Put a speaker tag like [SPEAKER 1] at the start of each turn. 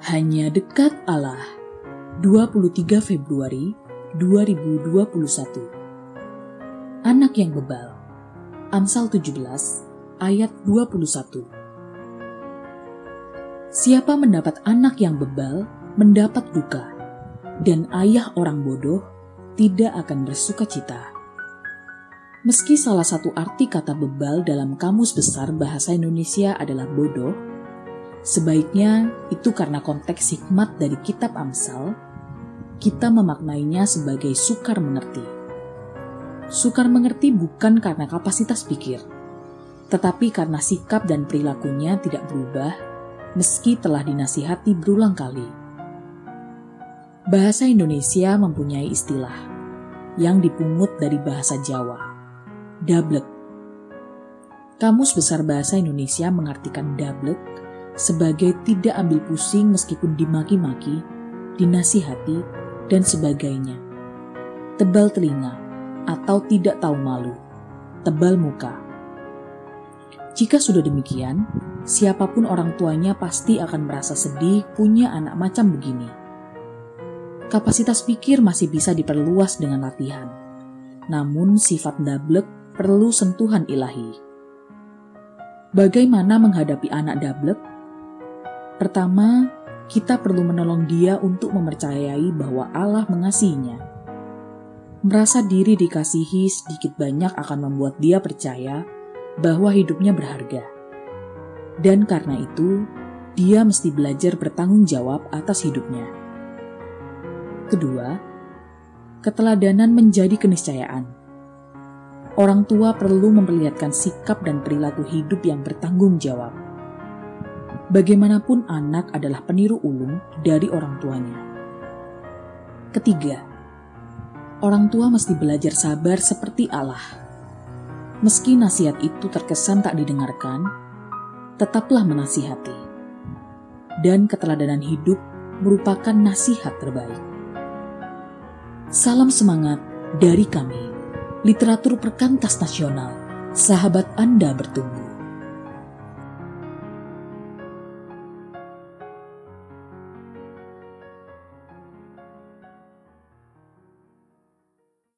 [SPEAKER 1] Hanya dekat Allah. 23 Februari 2021. Anak yang bebal. Amsal 17 ayat 21. Siapa mendapat anak yang bebal mendapat duka, dan ayah orang bodoh tidak akan bersuka cita. Meski salah satu arti kata bebal dalam Kamus Besar Bahasa Indonesia adalah bodoh, sebaiknya itu karena konteks hikmat dari kitab Amsal, kita memaknainya sebagai sukar mengerti. Sukar mengerti bukan karena kapasitas pikir, tetapi karena sikap dan perilakunya tidak berubah meski telah dinasihati berulang kali. Bahasa Indonesia mempunyai istilah yang dipungut dari bahasa Jawa, dablek. Kamus Besar Bahasa Indonesia mengartikan dablek sebagai tidak ambil pusing meskipun dimaki-maki, dinasihati, dan sebagainya. Tebal telinga atau tidak tahu malu, tebal muka. Jika sudah demikian, siapapun orang tuanya pasti akan merasa sedih punya anak macam begini. Kapasitas pikir masih bisa diperluas dengan latihan, namun sifat dablek perlu sentuhan ilahi. Bagaimana menghadapi anak dablek? Pertama, kita perlu menolong dia untuk mempercayai bahwa Allah mengasihinya. Merasa diri dikasihi sedikit banyak akan membuat dia percaya bahwa hidupnya berharga. Dan karena itu, dia mesti belajar bertanggung jawab atas hidupnya. Kedua, keteladanan menjadi keniscayaan. Orang tua perlu memperlihatkan sikap dan perilaku hidup yang bertanggung jawab. Bagaimanapun anak adalah peniru ulung dari orang tuanya. Ketiga, orang tua mesti belajar sabar seperti Allah. Meski nasihat itu terkesan tak didengarkan, tetaplah menasihati. Dan keteladanan hidup merupakan nasihat terbaik. Salam semangat dari kami, Literatur Perkantas Nasional. Sahabat Anda bertumbuh.